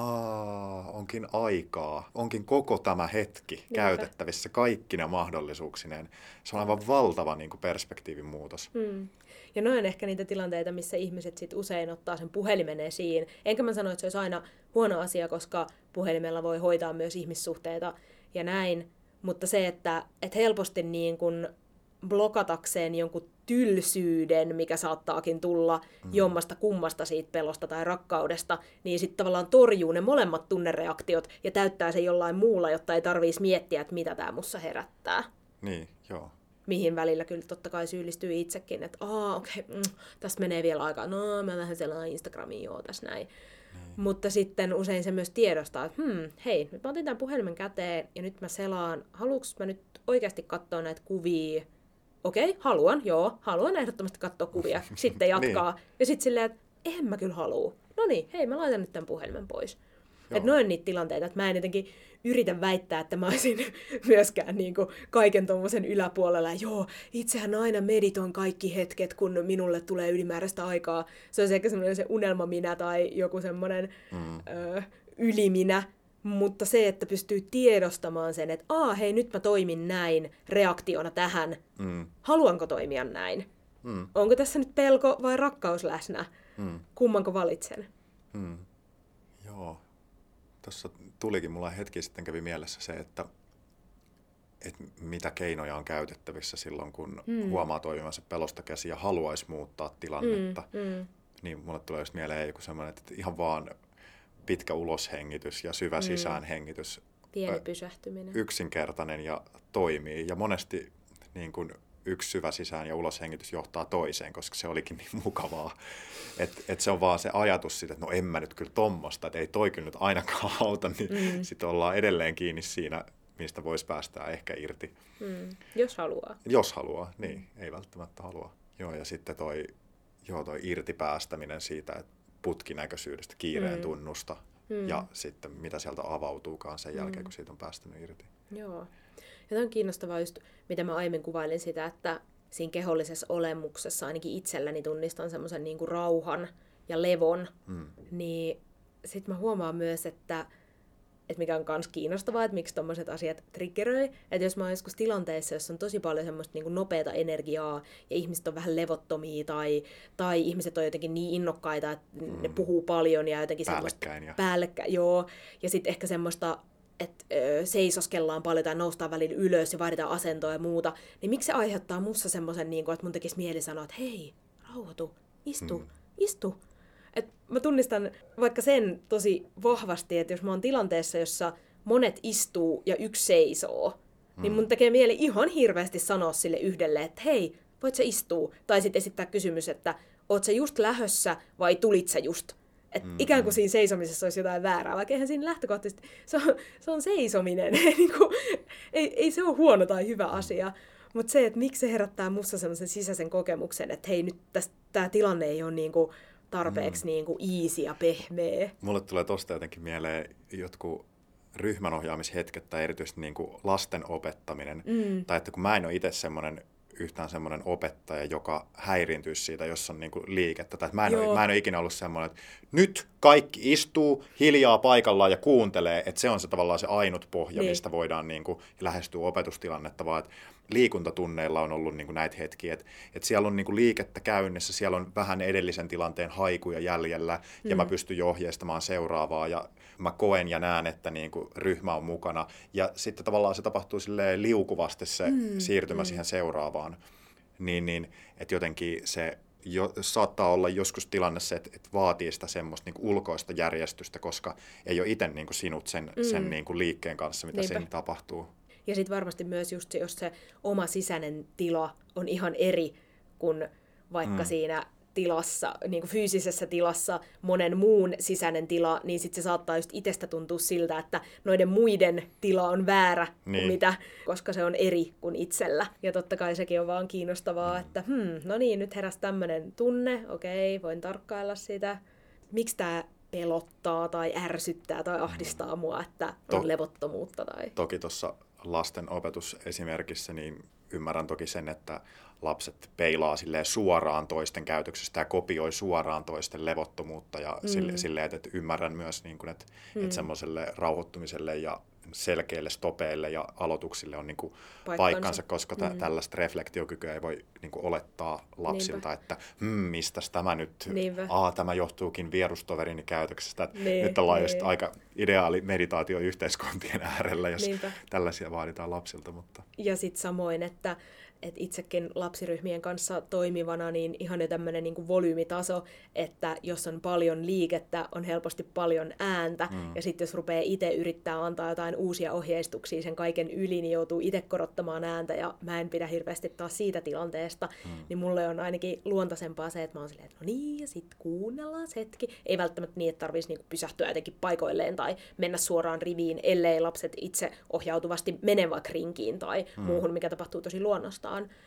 onkin aikaa, onkin koko tämä hetki käytettävissä kaikkina mahdollisuuksineen. Se on aivan valtava niin kuin perspektiivin muutos. Ja noin on ehkä niitä tilanteita, missä ihmiset sit usein ottaa sen puhelimen esiin. Enkä mä sano, että se olisi aina huono asia, koska puhelimella voi hoitaa myös ihmissuhteita ja näin. Mutta se, että helposti niin kun blokatakseen jonkun tylsyyden, mikä saattaakin tulla jommasta kummasta siitä pelosta tai rakkaudesta, niin sitten tavallaan torjuu ne molemmat tunnereaktiot ja täyttää se jollain muulla, jotta ei tarvitsisi miettiä, että mitä tämä mussa herättää. Niin, joo. Mihin välillä kyllä totta kai syyllistyy itsekin, että tästä menee vielä aikaa, mä vähän selaan Instagramiin, tässä näin. Mutta sitten usein se myös tiedostaa, että hei, nyt mä otin tämän puhelimen käteen ja nyt mä selaan, haluanko mä nyt oikeasti katsoa näitä kuvia? Okei, haluan ehdottomasti katsoa kuvia. Sitten jatkaa. Ja sitten silleen, että en mä kyllä halua. No niin, hei, mä laitan nyt tämän puhelimen pois. Että noin niitä tilanteita, että mä en jotenkin yritä väittää, että mä olisin myöskään niin kuin kaiken tommosen yläpuolella. Joo, itsehän aina meditoin kaikki hetket, kun minulle tulee ylimääräistä aikaa. Se on ehkä semmoinen se unelmaminä tai joku semmoinen yliminä. Mutta se, että pystyy tiedostamaan sen, että hei, nyt mä toimin näin reaktiona tähän. Haluanko toimia näin? Onko tässä nyt pelko vai rakkaus läsnä? Kummanko valitsen? Joo. Tuossa tulikin, mulla hetki sitten kävi mielessä se, että mitä keinoja on käytettävissä silloin, kun huomaa toimivansa pelosta käsin ja haluaisi muuttaa tilannetta. Niin mulle tulee just mieleen joku semmoinen, että ihan vaan pitkä uloshengitys ja syvä sisäänhengitys. Pieni pysähtyminen. Yksinkertainen ja toimii. Ja monesti niin kun yksi syvä sisään- ja uloshengitys johtaa toiseen, koska se olikin niin mukavaa. Että se on vaan se ajatus siitä, että no en mä nyt kyllä tommosta, että ei toi kyllä nyt ainakaan auta, niin sitten ollaan edelleen kiinni siinä, mistä voisi päästää ehkä irti. Jos haluaa. Jos haluaa, niin. Ei välttämättä halua. Joo, ja sitten toi irti päästäminen siitä, että putkinäköisyydestä, kiireen tunnusta ja sitten mitä sieltä avautuukaan sen jälkeen, kun siitä on päästänyt irti. Joo. Ja tämä on kiinnostavaa just, mitä mä aiemmin kuvailin sitä, että siinä kehollisessa olemuksessa ainakin itselläni tunnistan semmoisen niin kuin rauhan ja levon, niin sitten mä huomaan myös, että mikä on myös kiinnostavaa, että miksi tommoset asiat triggeröi. Että jos mä oon joskus tilanteessa, jossa on tosi paljon semmoista niin kuin nopeata energiaa ja ihmiset on vähän levottomia tai ihmiset on jotenkin niin innokkaita, että ne puhuu paljon ja jotenkin päällekkäin. Joo. Ja sitten ehkä semmoista, että seisoskellaan paljon tai noustaan välillä ylös ja vaaditaan asentoa ja muuta, niin miksi se aiheuttaa musta semmoisen, niin kuin, että mun tekisi mieli sanoa, että hei, rauhoitu, istu. Et mä tunnistan vaikka sen tosi vahvasti, että jos mä oon tilanteessa, jossa monet istuu ja yksi seisoo, niin mun tekee mieli ihan hirveästi sanoa sille yhdelle, että hei, voit sä istua? Tai sitten esittää kysymys, että oot sä just lähössä vai tulit sä just? Että ikään kuin siinä seisomisessa olisi jotain väärää, vaikka eihän siinä lähtökohtaisesti, se on seisominen. ei se ole huono tai hyvä asia. Mutta se, että miksi se herättää musta sellaisen sisäisen kokemuksen, että hei, nyt tämä tilanne ei ole niinku tarpeeksi niinku easy ja pehmeä. Mulle tulee tosta jotenkin mieleen jotkut ryhmänohjaamishetket tai erityisesti niinku lasten opettaminen. Tai että kun mä en ole itse yhtään semmoinen opettaja, joka häiriintyisi siitä, jos on niinku liikettä. Tai mä en ole ikinä ollut semmoinen, että nyt kaikki istuu hiljaa paikallaan ja kuuntelee, että se on se tavallaan se ainut pohja, mistä voidaan niinku lähestyä opetustilannetta, vaan että liikuntatunneilla on ollut niinku näitä hetkiä, että siellä on niinku liikettä käynnissä, siellä on vähän edellisen tilanteen haikuja jäljellä, ja mä pystyn jo ohjeistamaan seuraavaa, ja mä koen ja näen, että niinku ryhmä on mukana, ja sitten tavallaan se tapahtuu silleen liukuvasti se siirtymä siihen seuraavaan, niin että jotenkin se saattaa olla joskus tilanne se, että vaatii sitä semmoista niinku ulkoista järjestystä, koska ei ole itse niinku sinut sen niinku liikkeen kanssa, mitä siinä tapahtuu. Ja sitten varmasti myös just se, jos se oma sisäinen tila on ihan eri kuin vaikka siinä tilassa, niin kuin fyysisessä tilassa monen muun sisäinen tila, niin sitten se saattaa just itsestä tuntua siltä, että noiden muiden tila on väärä kuin mitä, koska se on eri kuin itsellä. Ja totta kai sekin on vaan kiinnostavaa, että no niin, nyt heräsi tämmöinen tunne, okei, voin tarkkailla sitä. Miksi tämä pelottaa tai ärsyttää tai ahdistaa mua, että on levottomuutta? Tai... Toki tuossa lasten opetusesimerkissä niin ymmärrän toki sen, että lapset peilaa silleen suoraan toisten käytöksestä ja kopioi suoraan toisten levottomuutta ja silleen, että ymmärrän myös, niin kuin, että semmoiselle rauhoittumiselle ja selkeille stopeille ja aloituksille on niin kuin paikkansa, koska tällaista reflektiokykyä ei voi niin kuin olettaa lapsilta, että mistäs tämä nyt, tämä johtuukin vierustoverini käytöksestä, että nyt ollaan just aika ideaali meditaatioyhteiskuntien äärellä, jos tällaisia vaaditaan lapsilta. Mutta. Ja sitten samoin, että itsekin lapsiryhmien kanssa toimivana, niin ihan jo tämmöinen niin kuin volyymitaso, että jos on paljon liikettä, on helposti paljon ääntä, ja sitten jos rupeaa itse yrittää antaa jotain uusia ohjeistuksia sen kaiken yli, niin joutuu itse korottamaan ääntä, ja mä en pidä hirveästi taas siitä tilanteesta, niin mulle on ainakin luontaisempaa se, että mä oon silleen, että no niin, ja sitten kuunnellaan hetki. Ei välttämättä niin, että tarvitsisi niinku pysähtyä jotenkin paikoilleen tai mennä suoraan riviin, ellei lapset itse ohjautuvasti mene vaikka rinkiin tai muuhun, mikä tapahtuu tosi luonnostaan.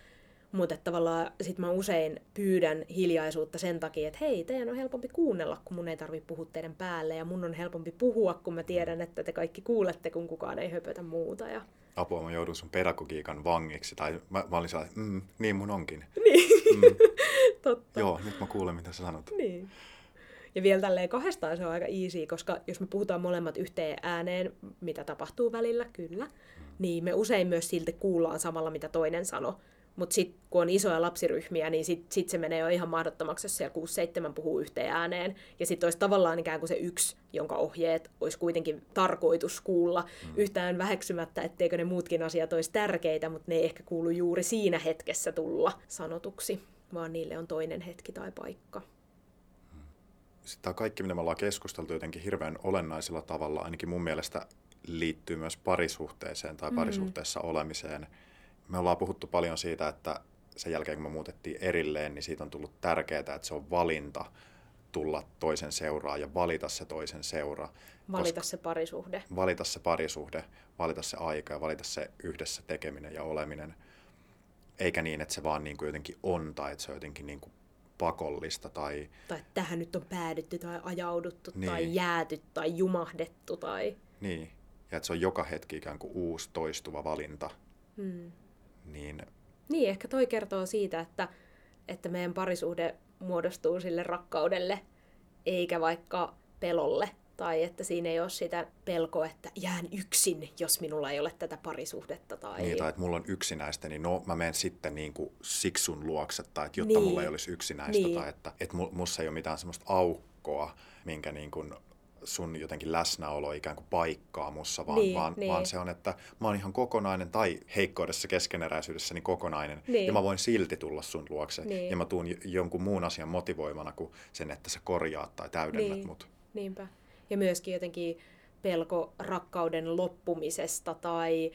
Mutta tavallaan sit mä usein pyydän hiljaisuutta sen takia, että hei, teidän on helpompi kuunnella, kun mun ei tarvitse puhua teidän päälle. Ja mun on helpompi puhua, kun mä tiedän, että te kaikki kuulette, kun kukaan ei höpötä muuta. Ja... Apua, mä joudun sun pedagogiikan vangiksi. Tai mä olin sellainen, niin mun onkin. Niin, totta. Joo, nyt mä kuulen, mitä sä sanot. Niin. Ja vielä tälleen kahdestaan se on aika easy, koska jos me puhutaan molemmat yhteen ääneen, mitä tapahtuu välillä, kyllä, niin me usein myös silti kuullaan samalla, mitä toinen sanoo. Mutta sitten kun on isoja lapsiryhmiä, niin sit se menee jo ihan mahdottomaksi, jos siellä 6-7 puhuu yhteen ääneen. Ja sitten olisi tavallaan ikään kuin se yksi, jonka ohjeet olisi kuitenkin tarkoitus kuulla. Yhtään väheksymättä, etteikö ne muutkin asiat olisi tärkeitä, mutta ne ei ehkä kuulu juuri siinä hetkessä tulla sanotuksi, vaan niille on toinen hetki tai paikka. Sitten tämä kaikki, mitä me ollaan keskusteltu jotenkin hirveän olennaisella tavalla, ainakin mun mielestä liittyy myös parisuhteeseen tai parisuhteessa olemiseen. Me ollaan puhuttu paljon siitä, että sen jälkeen kun me muutettiin erilleen, niin siitä on tullut tärkeää, että se on valinta tulla toisen seuraan ja valita se toisen seura. Valita se parisuhde. Valita se parisuhde, valita se aika ja valita se yhdessä tekeminen ja oleminen. Eikä niin, että se vaan niin kuin jotenkin on tai että se on jotenkin niin kuin pakollista. Tai että tähän nyt on päädytty tai ajauduttu niin. Tai jääty tai jumahdettu. Tai... Niin, ja että se on joka hetki ikään kuin uusi toistuva valinta. Niin, ehkä toi kertoo siitä, että meidän parisuhde muodostuu sille rakkaudelle, eikä vaikka pelolle. Tai että siinä ei ole sitä pelkoa, että jään yksin, jos minulla ei ole tätä parisuhdetta. Tai että mulla on yksinäistä, niin mä menen sitten niin kuin siksun luokse, tai että jotta mulla ei olisi yksinäistä. Tai että musta ei ole mitään semmoista aukkoa, minkä niin kuin sun jotenkin läsnäolo ikään kuin paikkaa mussa, vaan se on, että mä oon ihan kokonainen tai heikkoudessa keskeneräisyydessäni kokonainen ja mä voin silti tulla sun luokse ja mä tuun jonkun muun asian motivoimana kuin sen, että sä korjaat tai täydennät mut. Niinpä. Ja myöskin jotenkin pelko rakkauden loppumisesta tai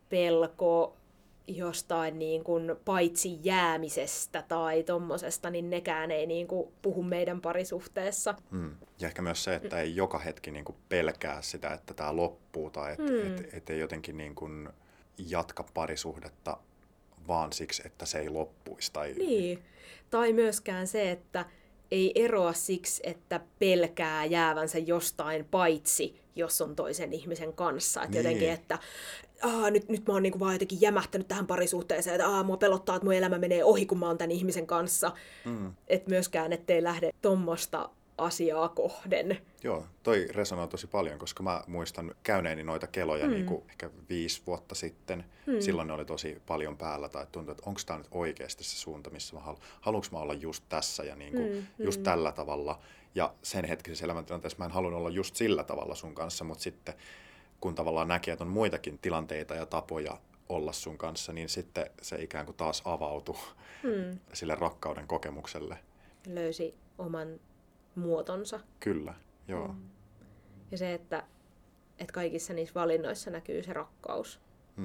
pelko jostain niin kuin paitsi jäämisestä tai tommosesta, niin nekään ei niin kuin puhu meidän parisuhteessa. Ja ehkä myös se, että ei joka hetki niin kuin pelkää sitä, että tämä loppuu tai että ei jotenkin niin kuin jatka parisuhdetta vaan siksi, että se ei loppuisi. Niin, tai myöskään se, että ei eroa siksi, että pelkää jäävänsä jostain paitsi, jos on toisen ihmisen kanssa. Että jotenkin, että nyt mä oon niinku vaan jotenkin jämähtänyt tähän parisuhteeseen, että mua pelottaa, että mun elämä menee ohi, kun mä oon tämän ihmisen kanssa. Että myöskään, ettei lähde tommosta asiaa kohden. Joo, toi resonoi tosi paljon, koska mä muistan käyneeni noita keloja niinku ehkä 5 vuotta sitten. Silloin ne oli tosi paljon päällä tai tuntui, että onko tämä nyt oikeasti se suunta, missä mä haluanko mä olla just tässä ja niinku just tällä tavalla. Ja sen hetkisessä elämäntilanteessa mä en halunnut olla just sillä tavalla sun kanssa, mutta sitten kun tavallaan näkee, että on muitakin tilanteita ja tapoja olla sun kanssa, niin sitten se ikään kuin taas avautui sille rakkauden kokemukselle. Löysi oman muotonsa. Kyllä, joo. Ja se, että kaikissa niissä valinnoissa näkyy se rakkaus,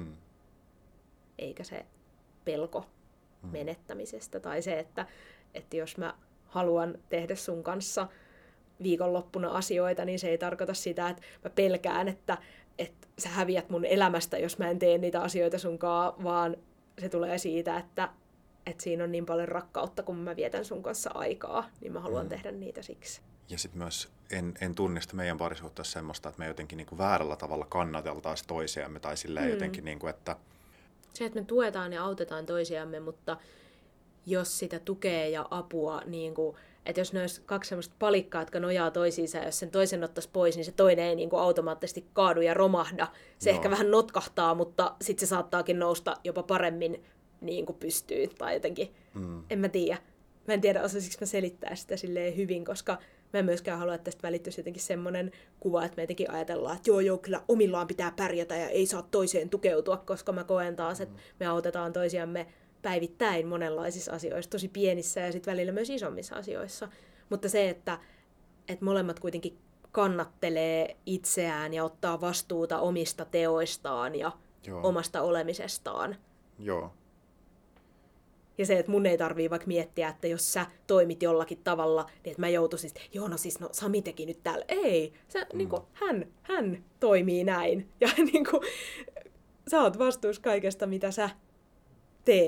eikä se pelko menettämisestä. Tai se, että jos mä haluan tehdä sun kanssa viikonloppuna asioita, niin se ei tarkoita sitä, että mä pelkään, että sä häviät mun elämästä, jos mä en tee niitä asioita sunkaan, vaan se tulee siitä, että siinä on niin paljon rakkautta, kun mä vietän sun kanssa aikaa, niin mä haluan tehdä niitä siksi. Ja sitten myös en tunnista meidän parisuhteessa semmoista, että me jotenkin niinku väärällä tavalla kannateltaisiin toisiamme tai silleen jotenkin, niinku, että se, että me tuetaan ja autetaan toisiamme, mutta jos sitä tukea ja apua, niin kuin, että jos ne olisi 2 semmoista palikkaa, jotka nojaa toisiinsa, ja jos sen toisen ottaisi pois, niin se toinen ei niin kuin automaattisesti kaadu ja romahda. Se ehkä vähän notkahtaa, mutta sitten se saattaakin nousta jopa paremmin niin kuin pystyy tai jotenkin. En mä tiedä. Mä en tiedä, osaisiko mä selittää sitä silleen hyvin, koska mä en myöskään halua, että tästä välittyisi jotenkin semmoinen kuva, että me jotenkin ajatellaan, että joo, kyllä omillaan pitää pärjätä ja ei saa toiseen tukeutua, koska mä koen taas, että me autetaan toisiamme päivittäin monenlaisissa asioissa, tosi pienissä ja sitten välillä myös isommissa asioissa. Mutta se, että molemmat kuitenkin kannattelee itseään ja ottaa vastuuta omista teoistaan ja omasta olemisestaan. Joo. Ja se, että mun ei tarvii vaikka miettiä, että jos sä toimit jollakin tavalla, niin että mä joutuisin, Sami teki nyt täällä. Ei, niin kuin, hän toimii näin. Ja niin kuin, sä oot vastuus kaikesta, mitä sä teet.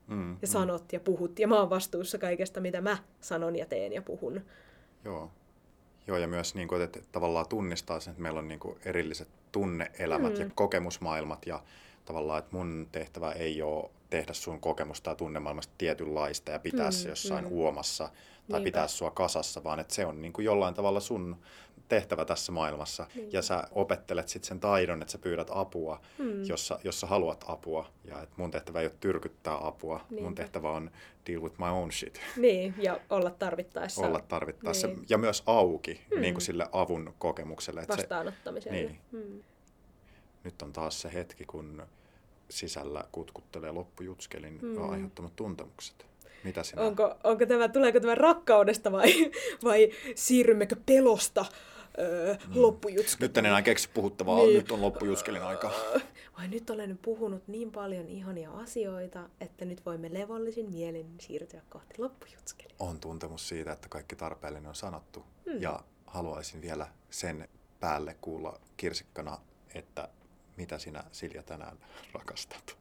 ja sanot ja puhut. Ja mä oon vastuussa kaikesta, mitä mä sanon ja teen ja puhun. Joo, ja myös niin kuin, että tavallaan tunnistaa sen, että meillä on niin kuin erilliset tunne-elämät ja kokemusmaailmat. Ja tavallaan, että mun tehtävä ei ole tehdä sun kokemusta ja tunnemaailmasta tietynlaista ja pitää se jossain uomassa tai pitää sua kasassa, vaan että se on niin kuin jollain tavalla sun tehtävä tässä maailmassa. Ja sä opettelet sitten sen taidon, että sä pyydät apua, jos sä haluat apua. Ja että mun tehtävä ei ole tyrkyttää apua. Mun tehtävä on deal with my own shit. Niin, ja olla tarvittaessa. Olla tarvittaessa. Niin. Ja myös auki niin kuin sille avun kokemukselle. Että vastaanottamiselle. Niin. Nyt on taas se hetki, kun sisällä kutkuttelee loppujutskelin aiheuttamat tuntemukset. Mitä sinä? Tuleeko tämä rakkaudesta vai siirrymmekö pelosta loppujutskelin? Nyt en enää keksi puhuttavaa, niin. Nyt on loppujutskelin aika. Vai nyt olen puhunut niin paljon ihania asioita, että nyt voimme levollisin mielin siirtyä kohti loppujutskelin. On tuntemus siitä, että kaikki tarpeellinen on sanottu. Ja haluaisin vielä sen päälle kuulla kirsikkana, että mitä sinä, Silja, tänään rakastat?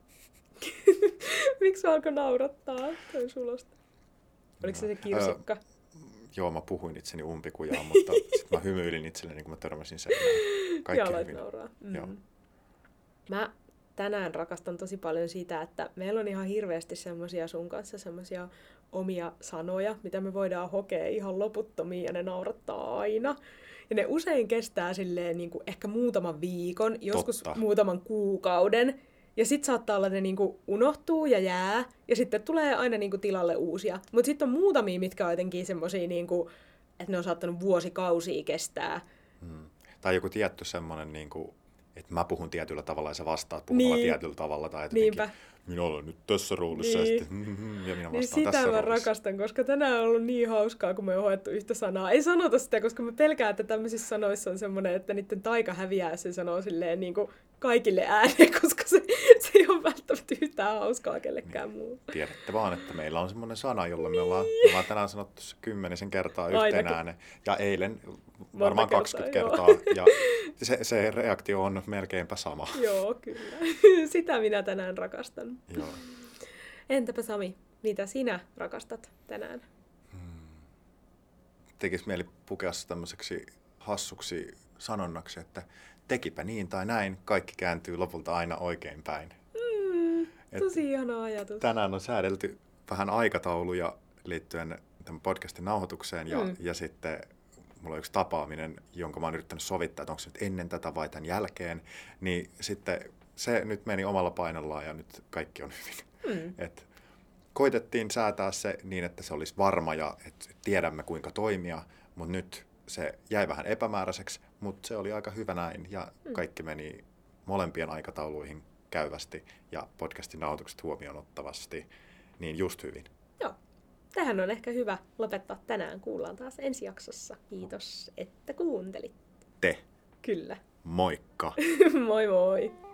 Miksi alkoi naurattaa toi sulosta? Oliko se kirsikka? Joo, mä puhuin itseni umpikujaan, mutta sitten mä hymyilin itselleni, kun mä törmäsin seinään. Kaikki ja aloit nauraa. Joo. Mä tänään rakastan tosi paljon sitä, että meillä on ihan hirveästi semmosia sun kanssa semmosia omia sanoja, mitä me voidaan hokea ihan loputtomiin ja ne naurattaa aina. Ja ne usein kestää silleen niin kuin ehkä muutaman viikon, joskus muutaman kuukauden. Ja sit saattaa olla, että ne niin kuin unohtuu ja jää. Ja sitten tulee aina niin kuin tilalle uusia. Mutta sitten on muutamia, mitkä on jotenkin semmosia, niin kuin, että ne on saattanut vuosikausia kestää. Tai joku tietty semmoinen, niin kuin, että mä puhun tietyllä tavalla ja sä vastaat puhumalla tietyllä tavalla. Tai jotenkin, minä olen nyt tässä roolissa ja sitten ja minä vastaan tässä sitä roolissa. Mä rakastan, koska tänään on ollut niin hauskaa, kun me on hoettu yhtä sanaa. Ei sanota sitä, koska mä pelkään, että tämmöisissä sanoissa on semmoinen, että niiden taika häviää, jos se sanoo silleen niin kuin kaikille ääneen, koska se ei ole välttämättä yhtään hauskaa kellekään muulle. Tiedätte vaan, että meillä on semmoinen sana, jolla me ollaan tänään sanottu 10 kertaa yhteen ääneen. Ja eilen varmaan 20 kertaa. Ja se reaktio on melkeinpä sama. Joo, kyllä. Sitä minä tänään rakastan. Joo. Entäpä Sami, mitä sinä rakastat tänään? Tekisi mieli pukea tämmöiseksi hassuksi sanonnaksi, että tekipä niin tai näin, kaikki kääntyy lopulta aina oikein päin. Tosi ihana ajatus. Tänään on säädelty vähän aikatauluja liittyen tämän podcastin nauhoitukseen ja sitten mulla on yksi tapaaminen, jonka mä oon yrittänyt sovittaa, että onko se nyt ennen tätä vai tämän jälkeen, niin sitten se nyt meni omalla painollaan ja nyt kaikki on hyvin. Et koitettiin säätää se niin, että se olisi varma ja että tiedämme kuinka toimia, mutta nyt se jäi vähän epämääräiseksi, mutta se oli aika hyvä näin ja kaikki meni molempien aikatauluihin käyvästi ja podcastin nauhoitukset huomioon ottavasti, niin just hyvin. Joo, tähän on ehkä hyvä lopettaa tänään. Kuullaan taas ensi jaksossa. Kiitos, että kuuntelit. Te. Kyllä. Moikka. Moi moi.